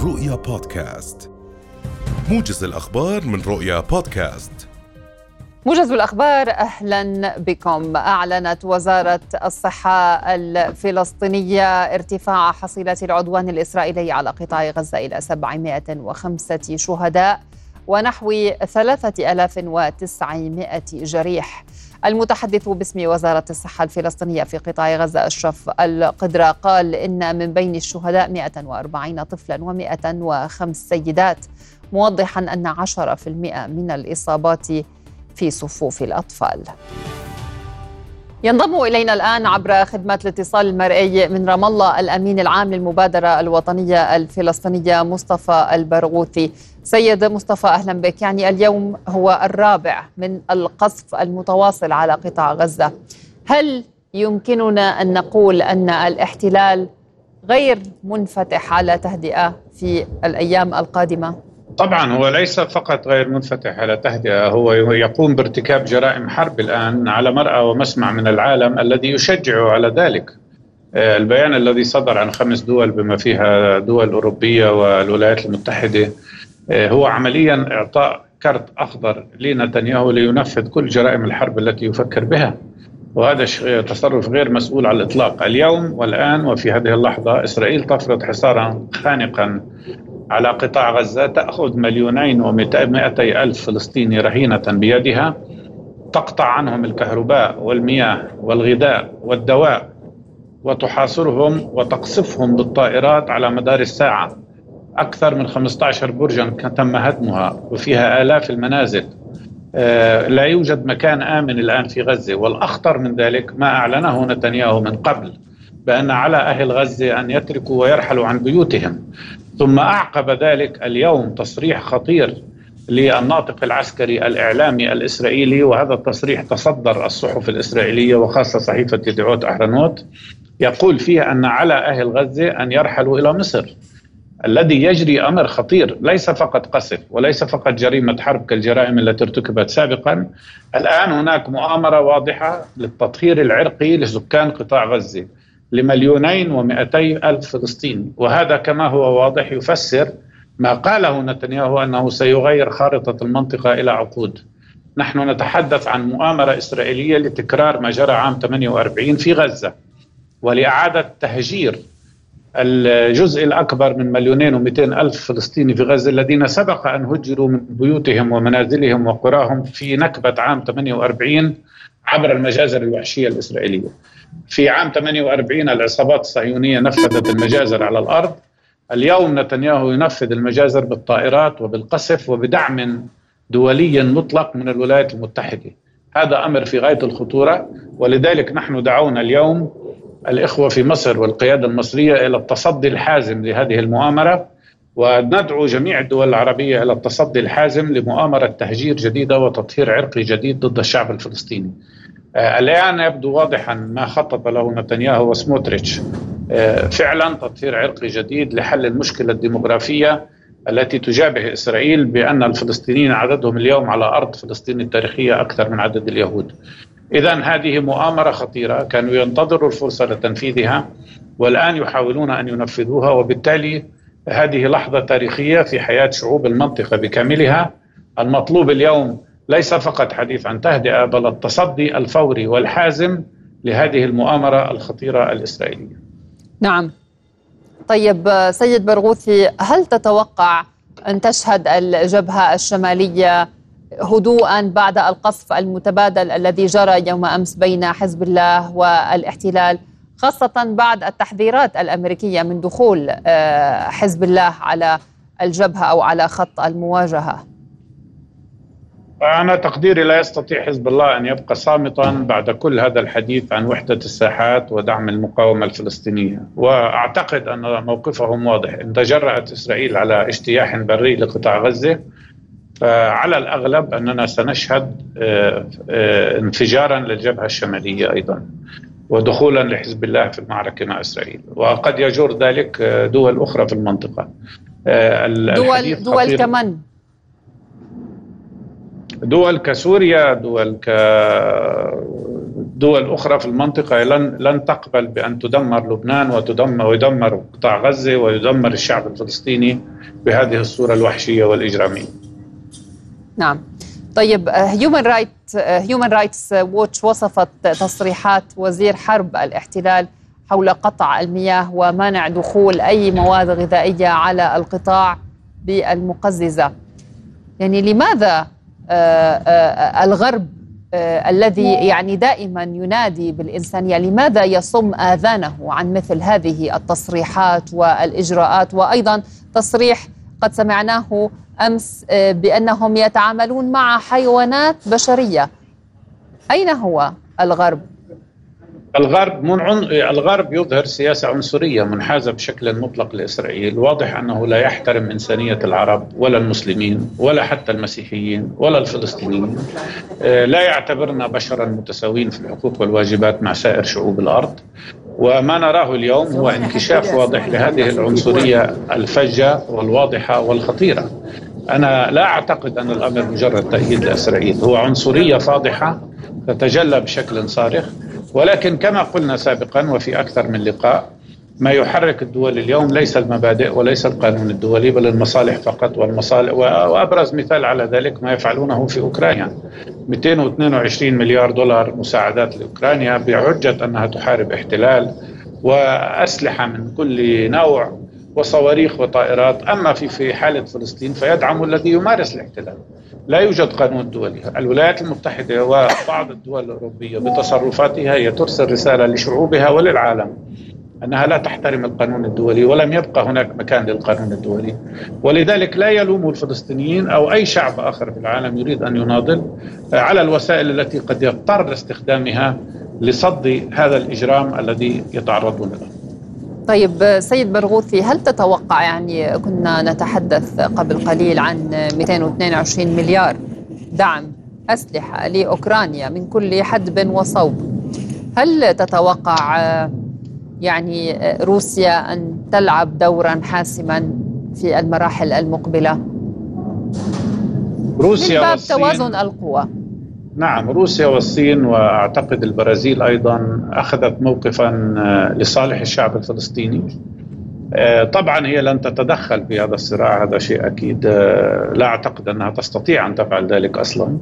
رؤيا بودكاست. موجز الأخبار من رؤيا بودكاست. موجز الأخبار، أهلا بكم. أعلنت وزارة الصحة الفلسطينية ارتفاع حصيلة العدوان الإسرائيلي على قطاع غزة إلى 705 شهداء ونحو 3900 جريح. المتحدث باسم وزارة الصحة الفلسطينية في قطاع غزة أشرف القدرة قال إن من بين الشهداء 140 طفلا و105 سيدات، موضحا أن 10% من الإصابات في صفوف الأطفال. ينضم إلينا الآن عبر خدمة الاتصال المرئي من رام الله الأمين العام للمبادرة الوطنية الفلسطينية مصطفى البرغوثي. سيد مصطفى، أهلا بك. يعني اليوم هو الرابع من القصف المتواصل على قطاع غزة، هل يمكننا أن نقول أن الاحتلال غير منفتح على تهدئة في الأيام القادمة؟ طبعا هو ليس فقط غير منفتح على تهدئة، هو يقوم بارتكاب جرائم حرب الآن على مرأى ومسمع من العالم الذي يشجع على ذلك. البيان الذي صدر عن 5 دول بما فيها دول أوروبية والولايات المتحدة هو عمليا إعطاء كرت أخضر لنتنياهو لينفذ كل جرائم الحرب التي يفكر بها، وهذا تصرف غير مسؤول على الإطلاق. اليوم والآن وفي هذه اللحظة إسرائيل تفرض حصارا خانقا على قطاع غزة، تأخذ 2,200,000 فلسطيني رهينة بيدها، تقطع عنهم الكهرباء والمياه والغذاء والدواء، وتحاصرهم وتقصفهم بالطائرات على مدار الساعة. أكثر من 15 برجا تم هدمها وفيها آلاف المنازل. لا يوجد مكان آمن الآن في غزة، والأخطر من ذلك ما أعلنه نتنياهو من قبل بأن على أهل غزة أن يتركوا ويرحلوا عن بيوتهم، ثم أعقب ذلك اليوم تصريح خطير للناطق العسكري الإعلامي الإسرائيلي، وهذا التصريح تصدر الصحف الإسرائيلية وخاصة صحيفة يدعوت أحرنوت، يقول فيها أن على أهل غزة أن يرحلوا إلى مصر. الذي يجري أمر خطير، ليس فقط قصف وليس فقط جريمة حرب كالجرائم التي ارتكبت سابقا. الآن هناك مؤامرة واضحة للتطهير العرقي لسكان قطاع غزة ل2,200,000 فلسطيني، وهذا كما هو واضح يفسر ما قاله نتنياهو أنه سيغير خارطة المنطقة إلى عقود. نحن نتحدث عن مؤامرة إسرائيلية لتكرار ما جرى عام 48 في غزة، ولإعادة تهجير الجزء الأكبر من 2,200,000 فلسطيني في غزة الذين سبق أن هجروا من بيوتهم ومنازلهم وقراهم في نكبة عام 48 عبر المجازر الوحشية الإسرائيلية. في عام 48 العصابات الصهيونية نفذت المجازر على الأرض، اليوم نتنياهو ينفذ المجازر بالطائرات وبالقصف وبدعم دولي مطلق من الولايات المتحدة. هذا أمر في غاية الخطورة، ولذلك نحن دعونا اليوم الإخوة في مصر والقيادة المصرية إلى التصدي الحازم لهذه المؤامرة، وندعو جميع الدول العربية إلى التصدي الحازم لمؤامرة تهجير جديدة وتطهير عرقي جديد ضد الشعب الفلسطيني. الآن يبدو واضحا ما خطط له نتنياهو وسموتريتش، فعلا تطهير عرقي جديد لحل المشكلة الديموغرافية التي تجابه إسرائيل، بأن الفلسطينيين عددهم اليوم على أرض فلسطين التاريخية أكثر من عدد اليهود. إذن هذه مؤامرة خطيرة، كانوا ينتظروا الفرصة لتنفيذها والآن يحاولون أن ينفذوها، وبالتالي هذه لحظة تاريخية في حياة شعوب المنطقة بكاملها. المطلوب اليوم ليس فقط حديث عن تهدئة، بل التصدي الفوري والحازم لهذه المؤامرة الخطيرة الإسرائيلية. نعم. طيب سيد برغوثي، هل تتوقع أن تشهد الجبهة الشمالية هدوءا بعد القصف المتبادل الذي جرى يوم أمس بين حزب الله والاحتلال، خاصة بعد التحذيرات الأمريكية من دخول حزب الله على الجبهة أو على خط المواجهة؟ أنا تقديري لا يستطيع حزب الله أن يبقى صامتا بعد كل هذا الحديث عن وحدة الساحات ودعم المقاومة الفلسطينية، وأعتقد أن موقفهم واضح. إن تجرأت إسرائيل على اجتياح بري لقطاع غزة، فعلى الأغلب أننا سنشهد انفجارا للجبهة الشمالية أيضا، ودخولا لحزب الله في المعركة مع إسرائيل، وقد يجر ذلك دول أخرى في المنطقة. دول كمان، دول كسوريا، دول أخرى في المنطقة لن تقبل بأن تدمر لبنان ويدمر قطاع غزة ويدمر الشعب الفلسطيني بهذه الصورة الوحشية والإجرامية. نعم. طيب، Human Rights Watch وصفت تصريحات وزير حرب الاحتلال حول قطع المياه ومنع دخول أي مواد غذائية على القطاع بالمقززة. يعني لماذا الغرب الذي يعني دائما ينادي بالإنسانية لماذا يصم آذانه عن مثل هذه التصريحات والإجراءات؟ وأيضا تصريح قد سمعناه أمس بأنهم يتعاملون مع حيوانات بشرية. أين هو الغرب؟ الغرب يظهر سياسة عنصرية منحازة بشكل مطلق لإسرائيل. واضح أنه لا يحترم إنسانية العرب ولا المسلمين ولا حتى المسيحيين ولا الفلسطينيين. لا يعتبرنا بشرا متساويين في الحقوق والواجبات مع سائر شعوب الأرض. وما نراه اليوم هو انكشاف واضح لهذه العنصرية الفجة والواضحة والخطيرة. أنا لا أعتقد أن الأمر مجرد تأييد لإسرائيل، هو عنصرية فاضحة تتجلى بشكل صارخ. ولكن كما قلنا سابقا وفي أكثر من لقاء، ما يحرك الدول اليوم ليس المبادئ وليس القانون الدولي بل المصالح فقط. والمصالح، وأبرز مثال على ذلك ما يفعلونه في أوكرانيا، 222 مليار دولار مساعدات لأوكرانيا بحجة أنها تحارب احتلال وأسلحة من كل نوع وصواريخ وطائرات. أما في حالة فلسطين فيدعم الذي يمارس الاحتلال. لا يوجد قانون دولي. الولايات المتحدة وبعض الدول الأوروبية بتصرفاتها هي ترسل رسالة لشعوبها وللعالم أنها لا تحترم القانون الدولي، ولم يبقى هناك مكان للقانون الدولي. ولذلك لا يلوم الفلسطينيين أو أي شعب آخر في العالم يريد أن يناضل على الوسائل التي قد يضطر لاستخدامها لصد هذا الإجرام الذي يتعرضون له. طيب سيد برغوثي، هل تتوقع، يعني كنا نتحدث قبل قليل عن 222 مليار دعم أسلحة لأوكرانيا من كل حدب وصوب، هل تتوقع يعني روسيا أن تلعب دورا حاسما في المراحل المقبلة روسيا من باب والصين؟ توازن القوى. نعم، روسيا والصين وأعتقد البرازيل أيضا أخذت موقفا لصالح الشعب الفلسطيني. طبعا هي لن تتدخل في هذا الصراع، هذا شيء أكيد. لا أعتقد أنها تستطيع أن تفعل ذلك أصلا،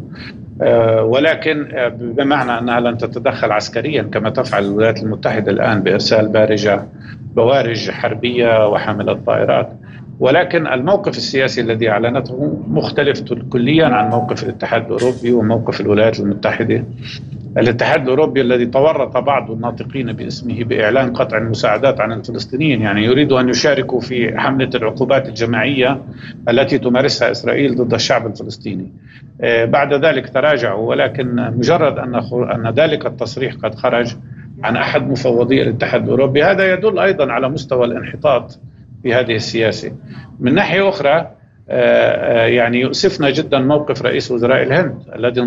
ولكن بمعنى أنها لن تتدخل عسكريا كما تفعل الولايات المتحدة الآن بإرسال بوارج حربية وحاملة طائرات. ولكن الموقف السياسي الذي أعلنته مختلف كليا عن موقف الاتحاد الأوروبي وموقف الولايات المتحدة. الاتحاد الأوروبي الذي تورط بعض الناطقين باسمه بإعلان قطع المساعدات عن الفلسطينيين، يعني يريدوا أن يشاركوا في حملة العقوبات الجماعية التي تمارسها إسرائيل ضد الشعب الفلسطيني. بعد ذلك تراجعوا، ولكن مجرد أن ذلك التصريح قد خرج عن أحد مفوضي الاتحاد الأوروبي هذا يدل أيضا على مستوى الانحطاط في هذه السياسة. من ناحية أخرى يعني يؤسفنا جدا موقف رئيس وزراء الهند الذي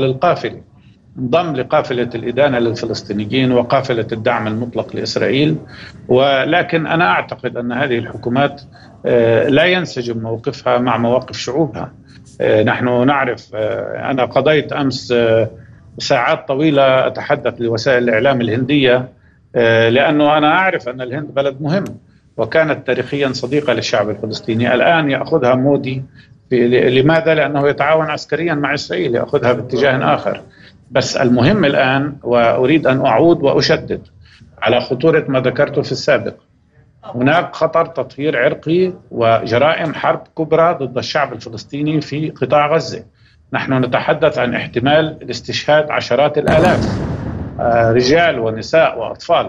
انضم لقافلة الإدانة للفلسطينيين وقافلة الدعم المطلق لإسرائيل. ولكن أنا أعتقد أن هذه الحكومات لا ينسجم موقفها مع مواقف شعوبها. نحن نعرف، أنا قضيت أمس ساعات طويلة أتحدث لوسائل الإعلام الهندية لأنه أنا أعرف أن الهند بلد مهم وكانت تاريخيا صديقة للشعب الفلسطيني. الآن يأخذها مودي لماذا؟ لأنه يتعاون عسكريا مع إسرائيل، يأخذها باتجاه آخر. بس المهم الآن، وأريد أن أعود وأشدد على خطورة ما ذكرته في السابق، هناك خطر تطهير عرقي وجرائم حرب كبرى ضد الشعب الفلسطيني في قطاع غزة. نحن نتحدث عن احتمال الاستشهاد عشرات الآلاف رجال ونساء وأطفال،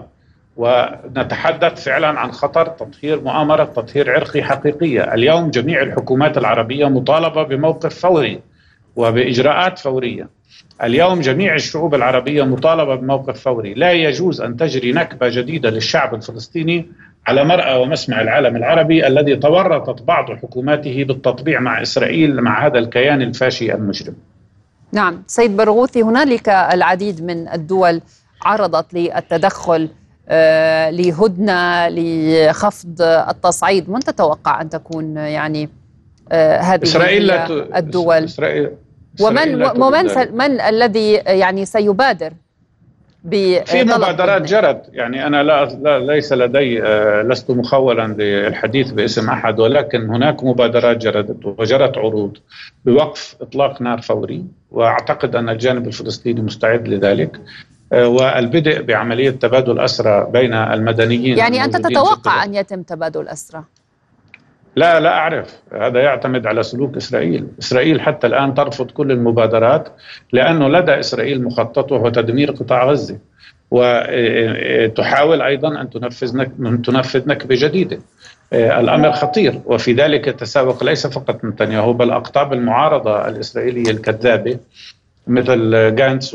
ونتحدث فعلا عن خطر مؤامرة تطهير عرقي حقيقية. اليوم جميع الحكومات العربية مطالبة بموقف فوري وبإجراءات فورية. اليوم جميع الشعوب العربية مطالبة بموقف فوري. لا يجوز أن تجري نكبة جديدة للشعب الفلسطيني على مرأى ومسمع العالم العربي الذي تورطت بعض حكوماته بالتطبيع مع إسرائيل، مع هذا الكيان الفاشي المجرم. نعم سيد برغوثي، هنالك العديد من الدول عرضت للتدخل لهدنة لخفض التصعيد. من تتوقع أن تكون يعني هذه الدول؟ إسرائيل ومن الذي يعني سيبادر في مبادرات جرت، يعني أنا ليس لدي لست مخولا للحديث باسم أحد، ولكن هناك مبادرات جرت وجرت عروض بوقف إطلاق نار فوري، وأعتقد أن الجانب الفلسطيني مستعد لذلك، والبدء بعملية تبادل أسرى بين المدنيين. يعني أنت تتوقع أن يتم تبادل أسرى؟ لا أعرف، هذا يعتمد على سلوك إسرائيل. إسرائيل حتى الآن ترفض كل المبادرات، لأنه لدى إسرائيل مخطط وهو تدمير قطاع غزة، وتحاول أيضا أن تنفذ نكبة جديدة. الأمر خطير، وفي ذلك يتسابق ليس فقط نتنياهو بل أقطاب المعارضة الإسرائيلية الكذابة مثل جانتس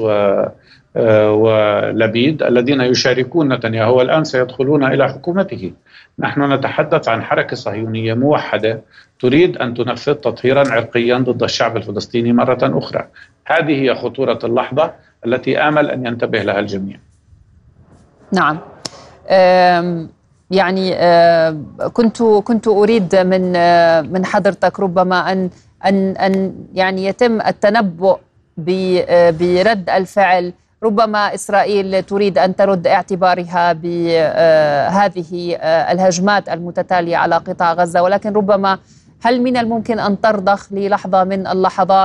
ولبيد الذين يشاركون نتنياهو والآن سيدخلون إلى حكومته. نحن نتحدث عن حركة صهيونية موحدة تريد أن تنفذ تطهيرا عرقيا ضد الشعب الفلسطيني مرة أخرى. هذه هي خطورة اللحظة التي آمل أن ينتبه لها الجميع. نعم. يعني كنت أريد من حضرتك ربما أن يعني يتم التنبؤ برد الفعل. ربما إسرائيل تريد أن ترد اعتبارها بهذه الهجمات المتتالية على قطاع غزة، ولكن ربما هل من الممكن أن ترضخ للحظة من اللحظات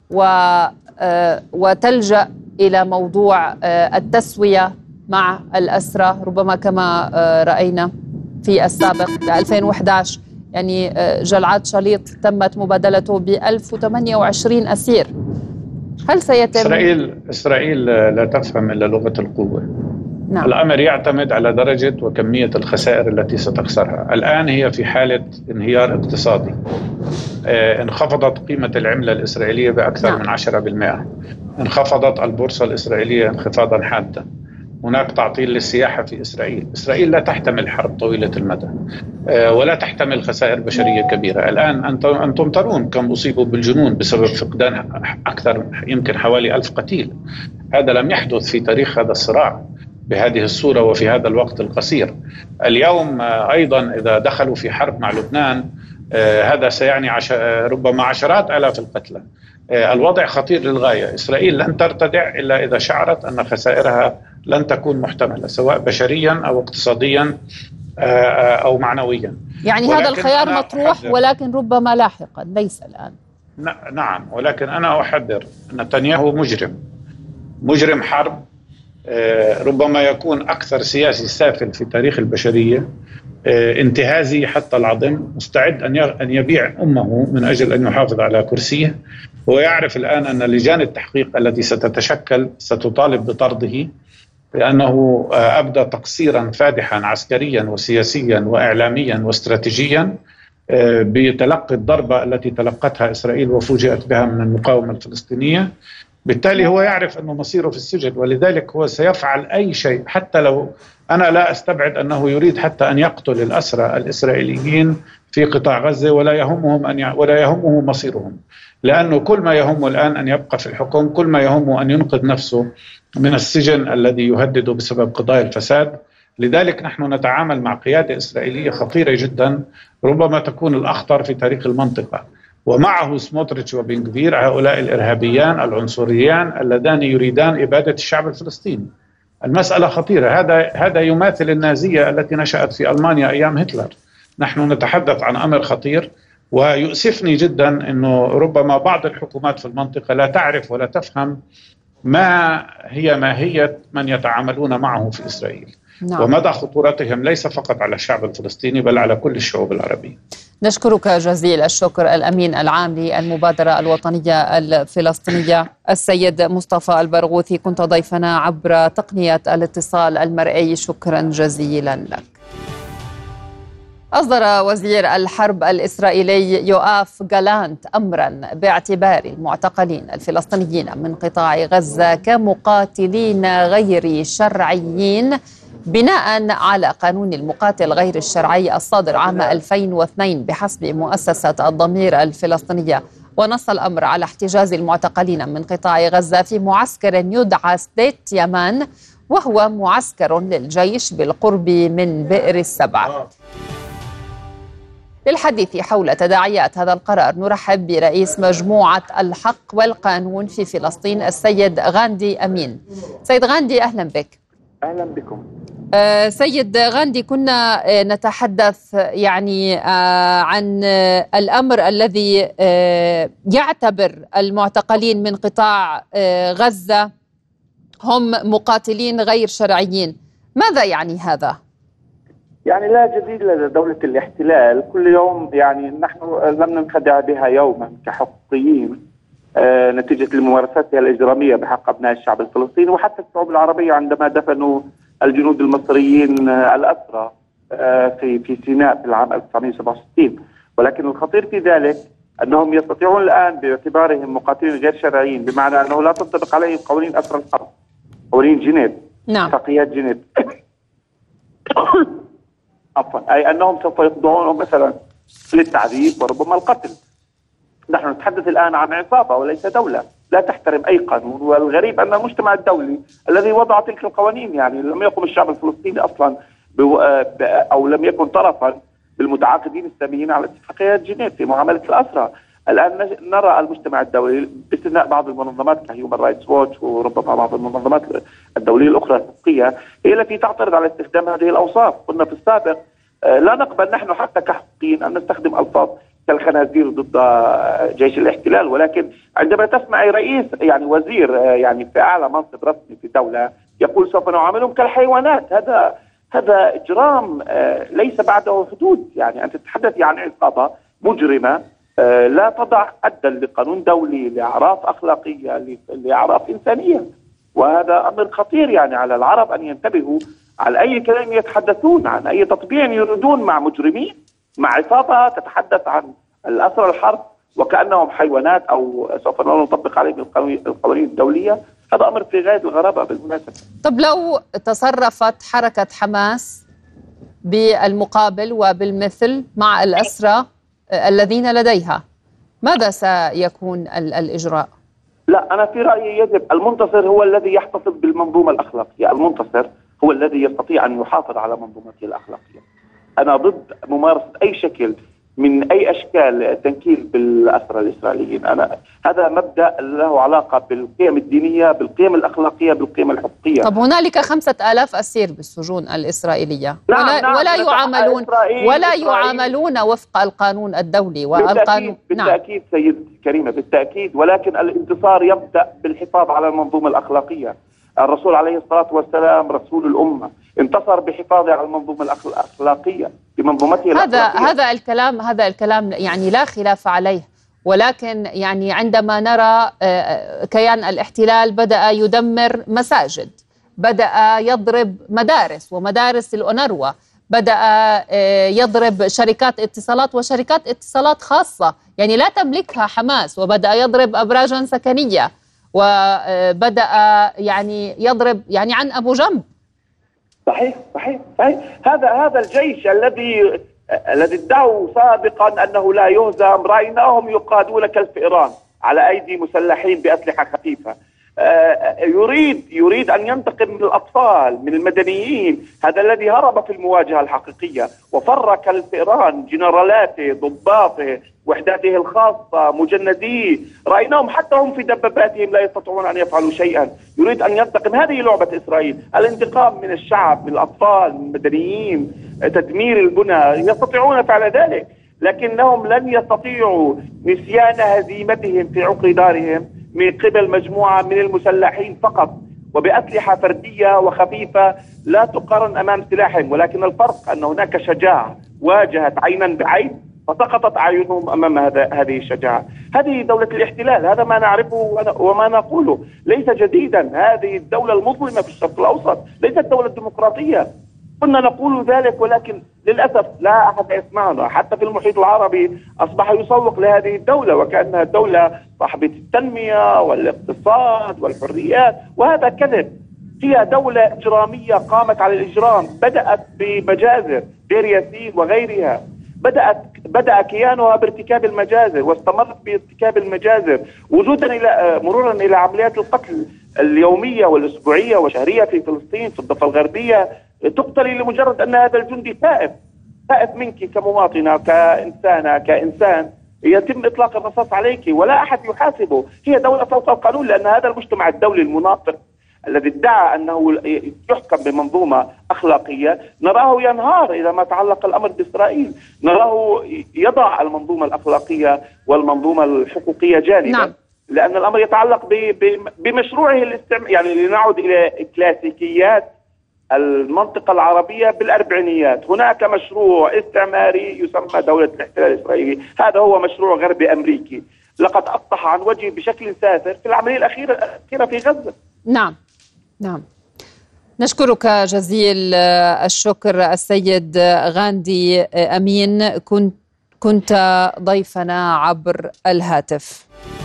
وتلجأ إلى موضوع التسوية مع الأسرى، ربما كما رأينا في السابق 2011 يعني جلعاد شاليط تمت مبادلته ب 1028 أسير. هل سيتم؟ إسرائيل لا تفهم إلا لغة القوة. نعم. الأمر يعتمد على درجة وكمية الخسائر التي ستخسرها. الآن هي في حالة انهيار اقتصادي، انخفضت قيمة العملة الإسرائيلية بأكثر من 10%، انخفضت البورصة الإسرائيلية انخفاضا حادا، هناك تعطيل للسياحة في إسرائيل لا تحتمل حرب طويلة المدى ولا تحتمل خسائر بشرية كبيرة. الآن أنتم ترون كم أصيبوا بالجنون بسبب فقدان أكثر يمكن حوالي 1000 قتيل. هذا لم يحدث في تاريخ هذا الصراع بهذه الصورة وفي هذا الوقت القصير. اليوم أيضا إذا دخلوا في حرب مع لبنان هذا سيعني ربما عشرات آلاف القتلى. الوضع خطير للغاية. إسرائيل لن ترتدع إلا إذا شعرت أن خسائرها لن تكون محتملة سواء بشريا أو اقتصاديا أو معنويا. يعني هذا الخيار مطروح ولكن ربما لاحقا ليس الآن. نعم، ولكن أنا أحذر نتنياهو مجرم حرب، ربما يكون أكثر سياسي سافل في تاريخ البشرية، انتهازي حتى العظم، مستعد أن يبيع أمه من أجل أن يحافظ على كرسيه. هو يعرف الآن أن لجان التحقيق التي ستتشكل ستطالب بطرده لأنه أبدى تقصيرا فادحا عسكريا وسياسيا وإعلاميا واستراتيجيا بتلقي الضربة التي تلقتها إسرائيل وفوجئت بها من المقاومة الفلسطينية. بالتالي هو يعرف أنه مصيره في السجن، ولذلك هو سيفعل أي شيء. حتى لو أنا لا أستبعد أنه يريد حتى أن يقتل الأسرى الإسرائيليين في قطاع غزة ولا يهمه مصيرهم، لأنه كل ما يهمه الآن أن يبقى في الحكم، كل ما يهمه أن ينقذ نفسه من السجن الذي يهدده بسبب قضايا الفساد. لذلك نحن نتعامل مع قيادة إسرائيلية خطيرة جدا، ربما تكون الأخطر في تاريخ المنطقة، ومعه سموتريتش وبنغفير، هؤلاء الإرهابيان العنصريان اللذان يريدان إبادة الشعب الفلسطيني. المسألة خطيرة. هذا يماثل النازية التي نشأت في ألمانيا أيام هتلر. نحن نتحدث عن أمر خطير، ويؤسفني جدا أنه ربما بعض الحكومات في المنطقة لا تعرف ولا تفهم ما هي ماهية من يتعاملون معه في إسرائيل. نعم. ومدى خطورتهم ليس فقط على الشعب الفلسطيني بل على كل الشعوب العربية. نشكرك جزيل الشكر الأمين العام للمبادرة الوطنية الفلسطينية السيد مصطفى البرغوثي، كنت ضيفنا عبر تقنية الاتصال المرئي، شكرا جزيلا لك. أصدر وزير الحرب الإسرائيلي يوآف جالانت أمرا باعتبار المعتقلين الفلسطينيين من قطاع غزة كمقاتلين غير شرعيين بناء على قانون المقاتل غير الشرعي الصادر عام 2002 بحسب مؤسسة الضمير الفلسطينية. ونص الأمر على احتجاز المعتقلين من قطاع غزة في معسكر يدعى ستيت يامان، وهو معسكر للجيش بالقرب من بئر السبع. للحديث حول تداعيات هذا القرار نرحب برئيس مجموعة الحق والقانون في فلسطين السيد غاندي أمين. سيد غاندي أهلا بك. أهلا بكم. سيد غاندي، كنا نتحدث يعني عن الأمر الذي يعتبر المعتقلين من قطاع غزة هم مقاتلين غير شرعيين. ماذا يعني هذا؟ يعني لا جديد لدى دولة الاحتلال، كل يوم يعني نحن لم ننخدع بها يوما كحقوقيين نتيجة لممارساتها الإجرامية بحق أبناء الشعب الفلسطيني وحتى الشعوب العربية عندما دفنوا الجنود المصريين الأسرى في سيناء في العام 1967. ولكن الخطير في ذلك أنهم يستطيعون الآن باعتبارهم مقاتلين غير شرعيين، بمعنى أنه لا تنطبق عليهم قوانين أسرى الحرب، قوانين جنيف، اتفاقيات جنيف عفوا، أي أنهم سوف يخضعون مثلا للتعذيب وربما القتل. نحن نتحدث الآن عن عصابة وليس دولة لا تحترم أي قانون، والغريب أن المجتمع الدولي الذي وضع تلك القوانين يعني لم يقم الشعب الفلسطيني أصلا أو لم يكن طرفا بالمتعاقدين الساميين على اتفاقيات جنيف في معاملة الأسرى. الآن نرى المجتمع الدولي باستثناء بعض المنظمات كهيومن رايتس ووتش وربما بعض المنظمات الدولية الأخرى الحقوقية هي التي تعترض على استخدام هذه الأوصاف. قلنا في السابق لا نقبل نحن حتى كحقوقيين أن نستخدم ألفاظ كالخنازير ضد جيش الاحتلال، ولكن عندما تسمع رئيس يعني وزير يعني في أعلى منصب رسمي في دولة يقول سوف نعاملهم كالحيوانات، هذا إجرام ليس بعده حدود. يعني أنت تتحدث عن عصابة مجرمة لا تضع حدا لقانون دولي، لأعراف أخلاقية، لأعراف إنسانية، وهذا أمر خطير يعني على العرب أن ينتبهوا على أي كلام يتحدثون، عن أي تطبيع يريدون مع مجرمين، مع عصابة تتحدث عن الأسرى الحرب وكأنهم حيوانات أو سوف نطبق عليهم القوانين الدولية. هذا أمر في غاية الغرابة بالمناسبة. طب لو تصرفت حركة حماس بالمقابل وبالمثل مع الأسرى الذين لديها، ماذا سيكون الإجراء؟ لا، أنا في رأيي يجب المنتصر هو الذي يحتفظ بالمنظومة الأخلاقية، المنتصر هو الذي يستطيع أن يحافظ على منظومته الأخلاقية. أنا ضد ممارسة أي شكل من أي أشكال التنكيل بالأسرى الإسرائيليين. هذا مبدأ له علاقة بالقيم الدينية، بالقيم الأخلاقية، بالقيم الحقوقية. طب هنالك 5000 أسير بالسجون الإسرائيلية ولا يعاملون وفق القانون الدولي والقانون. بالتأكيد سيدتي كريمة، بالتأكيد، ولكن الانتصار يبدأ بالحفاظ على المنظومة الأخلاقية. الرسول عليه الصلاة والسلام رسول الأمة انتصر بحفاظه على المنظومة الأخلاقية بمنظومته الأخلاقية. هذا الكلام يعني لا خلاف عليه، ولكن يعني عندما نرى كيان الاحتلال بدأ يدمر مساجد، بدأ يضرب مدارس ومدارس الأونروا، بدأ يضرب شركات اتصالات وشركات اتصالات خاصة يعني لا تملكها حماس، وبدأ يضرب أبراجا سكنية، وبدأ يعني يضرب يعني عن أبو جنب. صحيح. هذا الجيش الذي ادعوا سابقا أنه لا يهزم، رأيناهم يقادون كالفئران على أيدي مسلحين بأسلحة خفيفة. يريد أن ينتقم من الأطفال، من المدنيين، هذا الذي هرب في المواجهة الحقيقية وفر كالفئران جنرالاته، ضباطه، وحداته الخاصة، مجنديه، رأيناهم حتى هم في دباباتهم لا يستطيعون أن يفعلوا شيئا. يريد أن ينتقم. هذه لعبة إسرائيل، الانتقام من الشعب، من الأطفال، من المدنيين، تدمير البنى. يستطيعون فعل ذلك، لكنهم لن يستطيعوا نسيان هزيمتهم في عقر دارهم من قبل مجموعة من المسلحين فقط وبأسلحة فردية وخفيفة لا تقارن أمام سلاحهم. ولكن الفرق أن هناك شجاعة واجهت عينا بعين فسقطت أعينهم أمام هذه الشجاعة. هذه دولة الاحتلال، هذا ما نعرفه وما نقوله، ليس جديدا. هذه الدولة المظلمة في الشرق الأوسط ليست دولة ديمقراطية. كنا نقول ذلك ولكن للأسف لا أحد يسمعنا. حتى في المحيط العربي أصبح يسوق لهذه الدولة وكأنها دولة صاحبة التنمية والاقتصاد والحريات، وهذا كذب. هي دولة إجرامية قامت على الإجرام، بدأت بمجازر دير ياسين وغيرها، بدأ كيانها بارتكاب المجازر واستمرت بارتكاب المجازر مرورا إلى عمليات القتل اليومية والأسبوعية والشهرية في فلسطين، في الضفة الغربية. تقتل لمجرد أن هذا الجندي تائب. خائف منك كمواطنة كإنسان يتم إطلاق الرصاص عليك ولا أحد يحاسبه. هي دولة فوق القانون، لأن هذا المجتمع الدولي المناطق الذي ادعى أنه يحكم بمنظومة أخلاقية نراه ينهار إذا ما تعلق الأمر بإسرائيل، نراه يضع المنظومة الأخلاقية والمنظومة الحقوقية جانبا. نعم. لأن الأمر يتعلق بمشروعه يعني لنعود إلى كلاسيكيات المنطقة العربية بالأربعينيات. هناك مشروع استعماري يسمى دولة الاحتلال الإسرائيلي، هذا هو مشروع غربي أمريكي لقد أفضح عن وجهه بشكل سافر في العملية الأخيرة في غزة. نعم. نشكرك جزيل الشكر السيد غاندي أمين، كنت ضيفنا عبر الهاتف.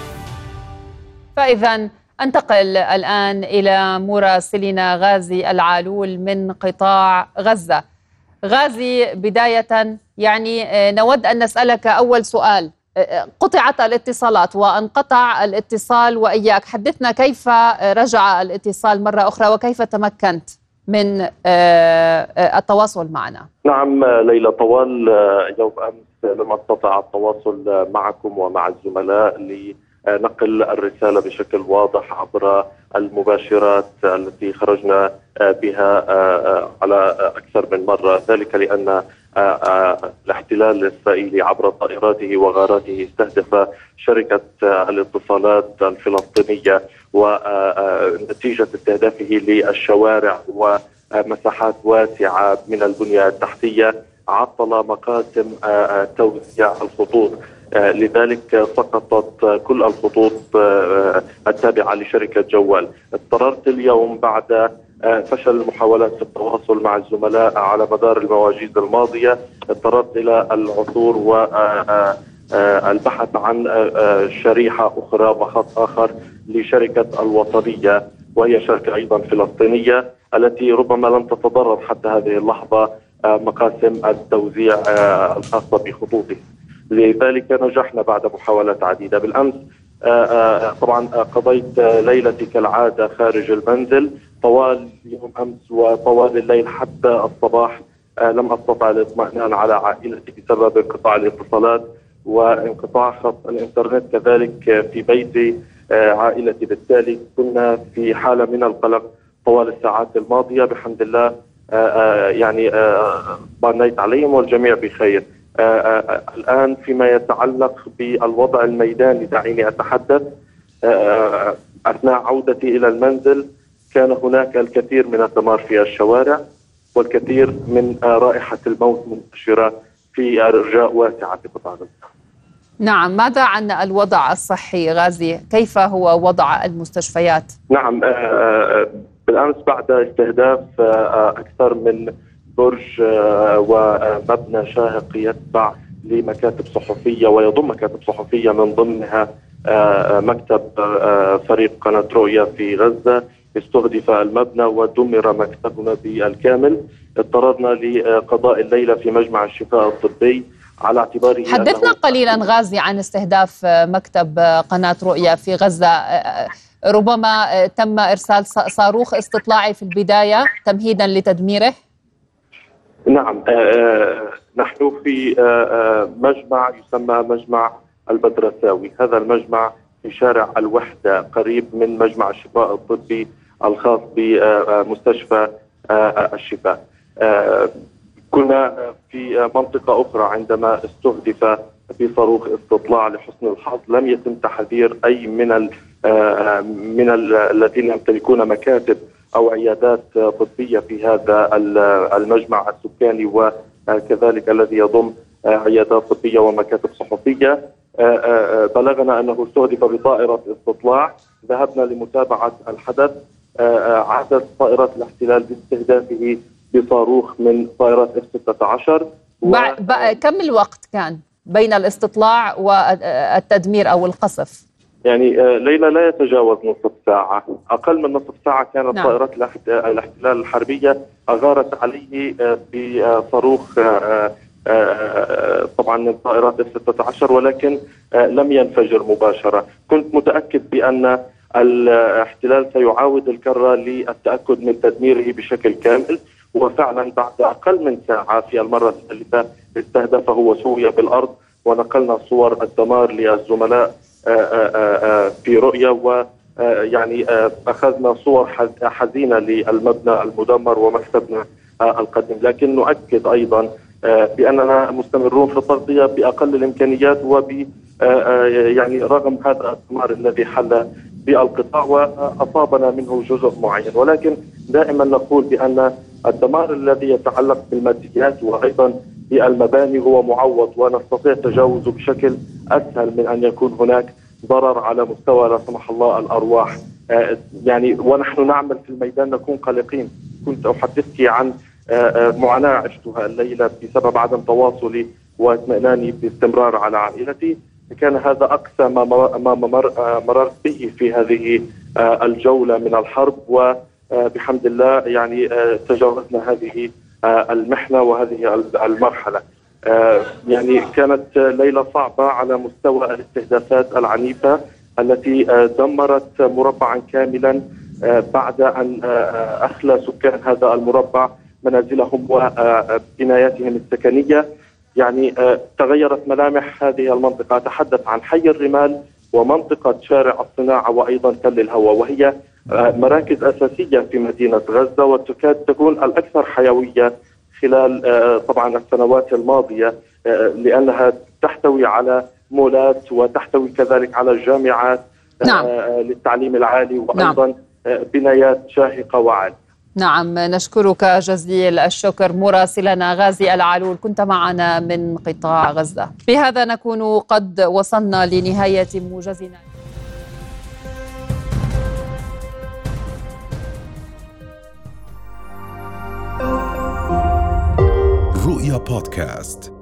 فإذا أنتقل الآن إلى مراسلنا غازي العالول من قطاع غزة. غازي، بداية يعني نود أن نسألك أول سؤال. قطعت الاتصالات وانقطع الاتصال وإياك، حدثنا كيف رجع الاتصال مرة أخرى وكيف تمكنت من التواصل معنا؟ نعم ليلى، طوال يوم أمس لم أستطع التواصل معكم ومع الزملاء لنقل الرسالة بشكل واضح عبر المباشرات التي خرجنا بها على أكثر من مرة، ذلك لأن الاحتلال الإسرائيلي عبر طائراته وغاراته استهدف شركة الاتصالات الفلسطينية، ونتيجة استهدافه للشوارع ومساحات واسعة من البنية التحتية عطل مقاسم توزيع الخطوط، لذلك سقطت كل الخطوط التابعة لشركة جوال. اضطررت اليوم بعد فشل المحاولات في التواصل مع الزملاء على مدار المواجيز الماضية، اضطررت إلى العثور والبحث عن شريحة أخرى وخط آخر لشركة الوطنية، وهي شركة أيضا فلسطينية التي ربما لم تتضرر حتى هذه اللحظة مقاسم التوزيع الخاصة بخطوطه. لذلك نجحنا بعد محاولات عديدة. بالأمس طبعا قضيت ليلتي كالعادة خارج المنزل طوال يوم أمس وطوال الليل حتى الصباح. لم أستطع الاطمئنان على عائلتي بسبب انقطاع الاتصالات وانقطاع خط الإنترنت كذلك في بيتي عائلتي. بالتالي كنا في حالة من القلق طوال الساعات الماضية. بحمد الله يعني طمأنيت عليهم والجميع بخير. الآن فيما يتعلق بالوضع الميداني دعيني أتحدث. أثناء عودتي إلى المنزل كان هناك الكثير من الدمار في الشوارع والكثير من رائحة الموت منتشرة في أرجاء واسعة في قطاع غزة. نعم، ماذا عن الوضع الصحي غازي؟ كيف هو وضع المستشفيات؟ نعم، بالأمس بعد استهداف أكثر من برج ومبنى شاهق يتبع لمكاتب صحفية ويضم مكاتب صحفية من ضمنها مكتب فريق قناة رؤيا في غزة، استهدف المبنى ودمر مكتبنا بالكامل. اضطررنا لقضاء الليلة في مجمع الشفاء الطبي على اعتباره. حدثنا قليلا غازي عن استهداف مكتب قناة رؤيا في غزة. ربما تم إرسال صاروخ استطلاعي في البداية تمهيدا لتدميره. نعم، نحن في مجمع يسمى مجمع البدرساوي. هذا المجمع في شارع الوحدة قريب من مجمع الشفاء الطبي الخاص بمستشفى الشفاء. كنا في منطقة أخرى عندما استهدف بصاروخ استطلاع. لحسن الحظ لم يتم تحذير أي من الذين يمتلكون مكاتب أو عيادات طبية في هذا المجمع السكاني وكذلك الذي يضم عيادات طبية ومكاتب صحفية. بلغنا أنه استهدف بطائرة استطلاع. ذهبنا لمتابعة الحدث. عادت طائرة الاحتلال باستهدافه بصاروخ من طائرة F-16. كم الوقت كان بين الاستطلاع والتدمير أو القصف؟ يعني ليلى لا يتجاوز نصف ساعة، أقل من نصف ساعة كانت طائرة الاحتلال الحربية أغارت عليه بصاروخ طبعا من طائرات F-16 ولكن لم ينفجر مباشرة. كنت متأكد بأن الاحتلال سيعاود الكرة للتأكد من تدميره بشكل كامل، وفعلا بعد أقل من ساعة في المرة الثالثة استهدف هو سوريا بالأرض، ونقلنا صور الدمار للزملاء في رؤيا، ويعني أخذنا صور حزينة للمبنى المدمر ومكتبنا القديم. لكن نؤكد أيضا بأننا مستمرون في التغطية بأقل الإمكانيات يعني رغم هذا الدمار الذي حل بالقطاع وأصابنا منه جزء معين، ولكن دائما نقول بأن الدمار الذي يتعلق بالماديات وأيضا بالمباني هو معوض، ونستطيع تجاوزه بشكل أسهل من أن يكون هناك ضرر على مستوى لا سمح الله الأرواح. يعني ونحن نعمل في الميدان نكون قلقين. كنت أحدثك عن معاناة عشتها الليلة بسبب عدم تواصلي واطمئناني باستمرار على عائلتي. كان هذا أقصى ما مررت به في هذه الجولة من الحرب، وبحمد الله يعني تجاوزنا هذه المحنة وهذه المرحلة. يعني كانت ليلة صعبة على مستوى الاستهدافات العنيفة التي دمرت مربعا كاملا بعد أن أخلى سكان هذا المربع منازلهم وبناياتهم السكنية. يعني تغيرت ملامح هذه المنطقة. أتحدث عن حي الرمال ومنطقة شارع الصناعة وأيضا تل الهوى، وهي مراكز أساسية في مدينة غزة وتكاد تكون الأكثر حيوية خلال طبعا السنوات الماضية، لأنها تحتوي على مولات وتحتوي كذلك على الجامعات للتعليم العالي وأيضا بنايات شاهقة وعالية. نعم، نشكرك جزيل الشكر مراسلنا غازي العلول، كنت معنا من قطاع غزة. بهذا نكون قد وصلنا لنهاية موجزنا. رؤيا بودكاست.